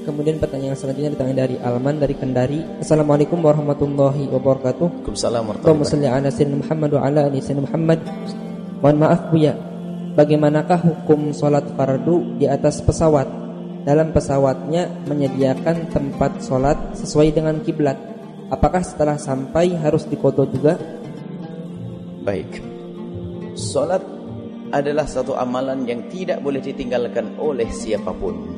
Kemudian pertanyaan selanjutnya datang dari Alman dari Kendari. Assalamualaikum warahmatullahi wabarakatuh. Waalaikumsalam warahmatullahi wabarakatuh. Muhammad wa ala ali sayyidina Muhammad. Mohon maaf Buya, bagaimanakah hukum sholat fardu di atas pesawat? Dalam pesawatnya menyediakan tempat sholat sesuai dengan kiblat. Apakah setelah sampai harus diqodho juga? Baik. Sholat adalah satu amalan yang tidak boleh ditinggalkan oleh siapapun.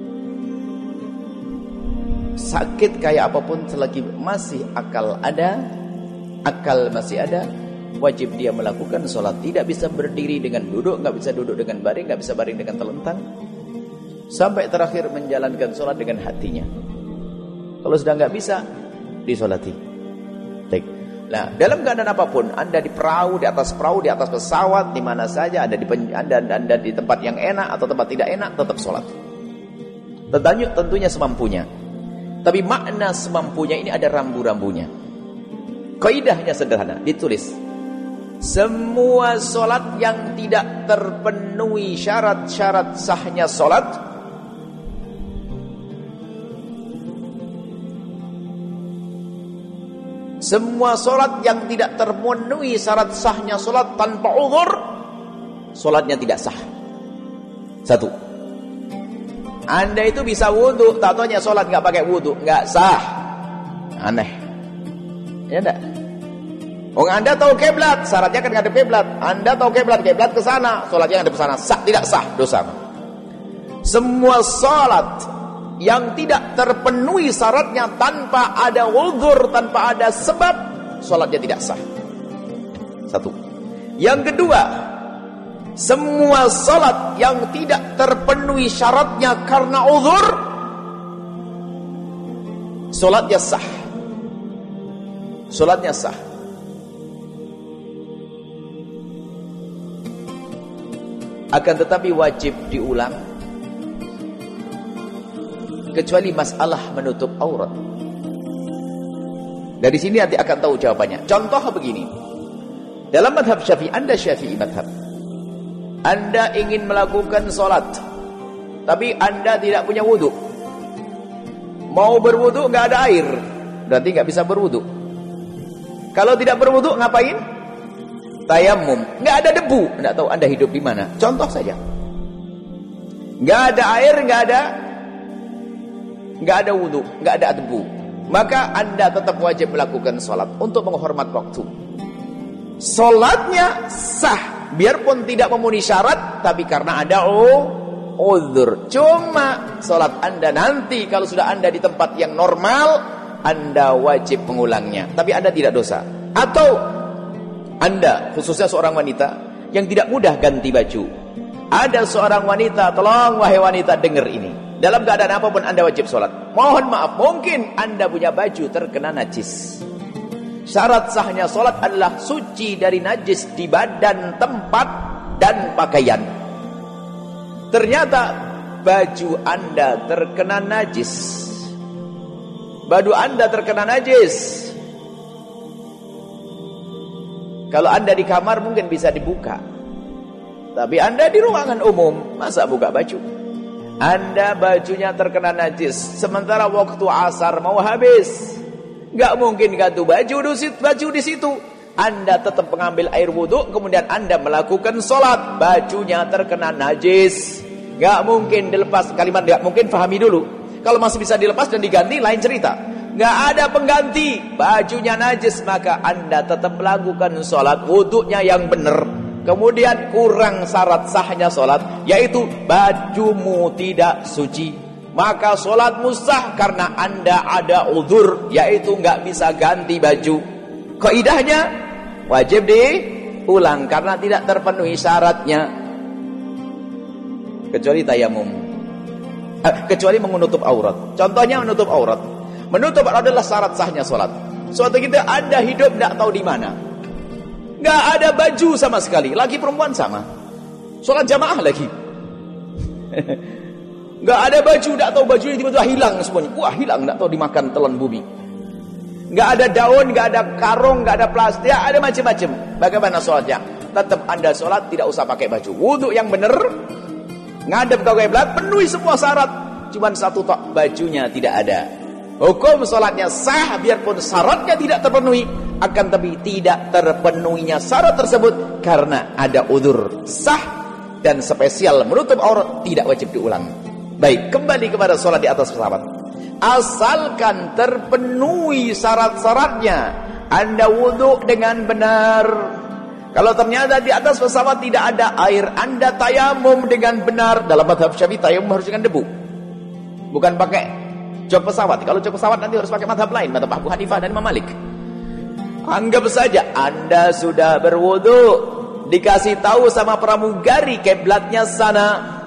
Sakit kayak apapun selagi masih akal masih ada, wajib dia melakukan sholat. Tidak bisa berdiri dengan duduk, nggak bisa duduk dengan baring, nggak bisa baring dengan telentang, sampai terakhir menjalankan sholat dengan hatinya. Kalau sudah nggak bisa, disolati. Baik. Nah, dalam keadaan apapun, Anda di perahu, di atas pesawat, di mana saja, Anda di tempat yang enak atau tempat tidak enak, tetap sholat. Tentunya semampunya. Tapi makna semampunya ini ada rambu-rambunya. Kaidahnya sederhana, ditulis. Semua sholat yang tidak terpenuhi syarat-syarat sahnya sholat, semua sholat yang tidak terpenuhi syarat sahnya sholat tanpa uzur, sholatnya tidak sah. Satu, Anda itu bisa wudu, tak taunya sholat nggak pakai wudu, nggak sah. Aneh, ya enggak? Anda tahu kiblat, syaratnya kan ngadep kiblat. Anda tahu kiblat ke sana, sholatnya ngadep ke sana, sah tidak sah, dosa. Semua sholat yang tidak terpenuhi syaratnya tanpa ada uzur, tanpa ada sebab, sholatnya tidak sah. Satu. Yang kedua, semua sholat yang tidak terpenuhi syaratnya karena uzur, sholatnya sah. Sholatnya sah. Akan tetapi wajib diulang, kecuali masalah menutup aurat. Dari sini nanti akan tahu jawabannya. Contoh begini. Dalam madhab Syafi'i, Anda Syafi'i madhab, Anda ingin melakukan sholat, tapi Anda tidak punya wudu. Mau berwudu nggak ada air, berarti nggak bisa berwudu. Kalau tidak berwudu ngapain? Tayamum. Nggak ada debu, nggak tahu Anda hidup di mana. Contoh saja. Nggak ada air, nggak ada wudu, nggak ada debu. Maka Anda tetap wajib melakukan sholat untuk menghormat waktu. Sholatnya sah, biarpun tidak memenuhi syarat, tapi karena ada uzur. Cuma sholat Anda nanti kalau sudah Anda di tempat yang normal, Anda wajib mengulangnya, tapi Anda tidak dosa. Atau Anda, khususnya seorang wanita yang tidak mudah ganti baju. Ada seorang wanita, tolong wahai wanita dengar ini. Dalam keadaan apapun Anda wajib sholat. Mohon maaf, mungkin Anda punya baju terkena najis. Syarat sahnya sholat adalah suci dari najis di badan, tempat, dan pakaian. Ternyata baju Anda terkena najis. Baju Anda terkena najis. Kalau Anda di kamar mungkin bisa dibuka. Tapi Anda di ruangan umum, masa buka baju? Anda bajunya terkena najis, sementara waktu asar mau habis. Gak mungkin ganti baju di situ. Anda tetap mengambil air wudhu, kemudian Anda melakukan sholat. Bajunya terkena najis. Gak mungkin dilepas. Kalimat gak mungkin pahami dulu. Kalau masih bisa dilepas dan diganti, lain cerita. Gak ada pengganti. Bajunya najis, maka Anda tetap melakukan sholat. Wudhunya yang benar. Kemudian kurang syarat sahnya sholat, yaitu bajumu tidak suci. Maka sholatmu sah karena Anda ada uzur, yaitu gak bisa ganti baju. Kaidahnya wajib diulang karena tidak terpenuhi syaratnya. Kecuali tayamum, kecuali menutup aurat. Contohnya menutup aurat. Menutup aurat adalah syarat sahnya sholat. Suatu kita Anda hidup tidak tahu di mana, nggak ada baju sama sekali, laki perempuan sama, sholat jamaah lagi. Nggak ada baju, nggak tahu bajunya tiba-tiba hilang semuanya. Wah, hilang, nggak tahu dimakan telan bumi. Nggak ada daun, nggak ada karung, nggak ada plastik, ada macam-macam. Bagaimana sholatnya? Tetap Anda sholat tidak usah pakai baju. Wudhu yang benar, ngadep ke kiblat, penuhi semua syarat. cuma satu tok, bajunya tidak ada. Hukum sholatnya sah biarpun syaratnya tidak terpenuhi, akan tapi tidak terpenuhinya syarat tersebut karena ada udzur. Sah dan spesial menutup aurat, tidak wajib diulang. Baik, kembali kepada sholat di atas pesawat. Asalkan terpenuhi syarat-syaratnya, Anda wudhu dengan benar. Kalau ternyata di atas pesawat tidak ada air, Anda tayamum dengan benar. Dalam mazhab Syafi'i tayamum harus dengan debu, bukan pakai jok pesawat. Kalau jok pesawat nanti harus pakai mazhab lain, mazhab Abu Hanifah dan Imam Malik. Anggap saja Anda sudah berwudhu, dikasih tahu sama pramugari kiblatnya sana,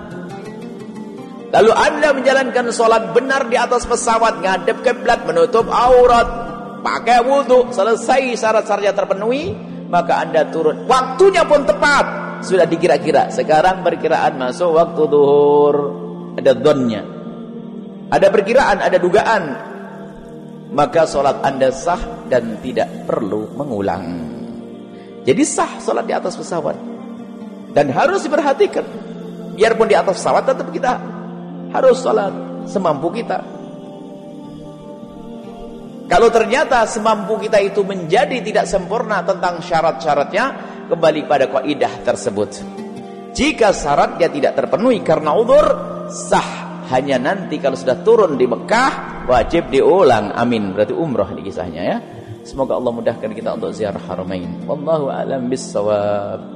lalu Anda menjalankan sholat benar di atas pesawat, ngadep kiblat, menutup aurat, pakai wudhu, selesai syarat-syaratnya terpenuhi, maka Anda turun. Waktunya pun tepat, sudah dikira-kira. Sekarang perkiraan masuk waktu zuhur, ada dhonnya, ada perkiraan, ada dugaan, maka sholat Anda sah dan tidak perlu mengulang. Jadi sah sholat di atas pesawat, dan harus diperhatikan. Biarpun di atas pesawat, tetap kita harus sholat semampu kita. Kalau ternyata semampu kita itu menjadi tidak sempurna tentang syarat-syaratnya, kembali pada kaidah tersebut. Jika syaratnya tidak terpenuhi karena udzur, sah. Hanya nanti kalau sudah turun di Mekah, wajib diulang. Amin. Berarti umrah di kisahnya ya. Semoga Allah mudahkan kita untuk ziarah Haramain. Wallahu a'lam bissawab.